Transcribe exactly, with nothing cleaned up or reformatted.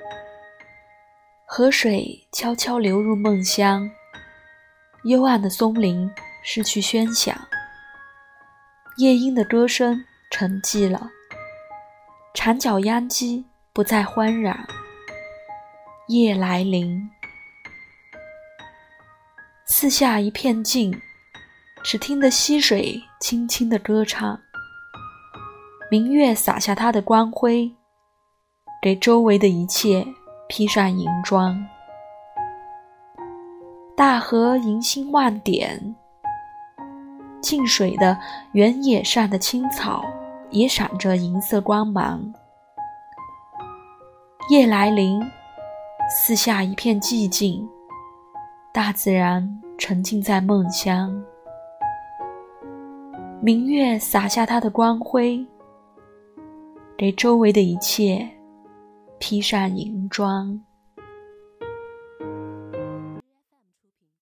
河水悄悄流入梦乡，幽暗的松林失去喧响，夜莺的歌声沉寂了，蝉角秧鸡不再欢嚷。夜来临，四下一片静，只听得溪水轻轻地歌唱。明月洒下它的光辉，给周围的一切披上银装。大河银星万点，静水的原野上的青草也闪着银色光芒。夜来临，四下一片寂静，大自然沉浸在梦乡。明月洒下它的光辉，给周围的一切披上银装。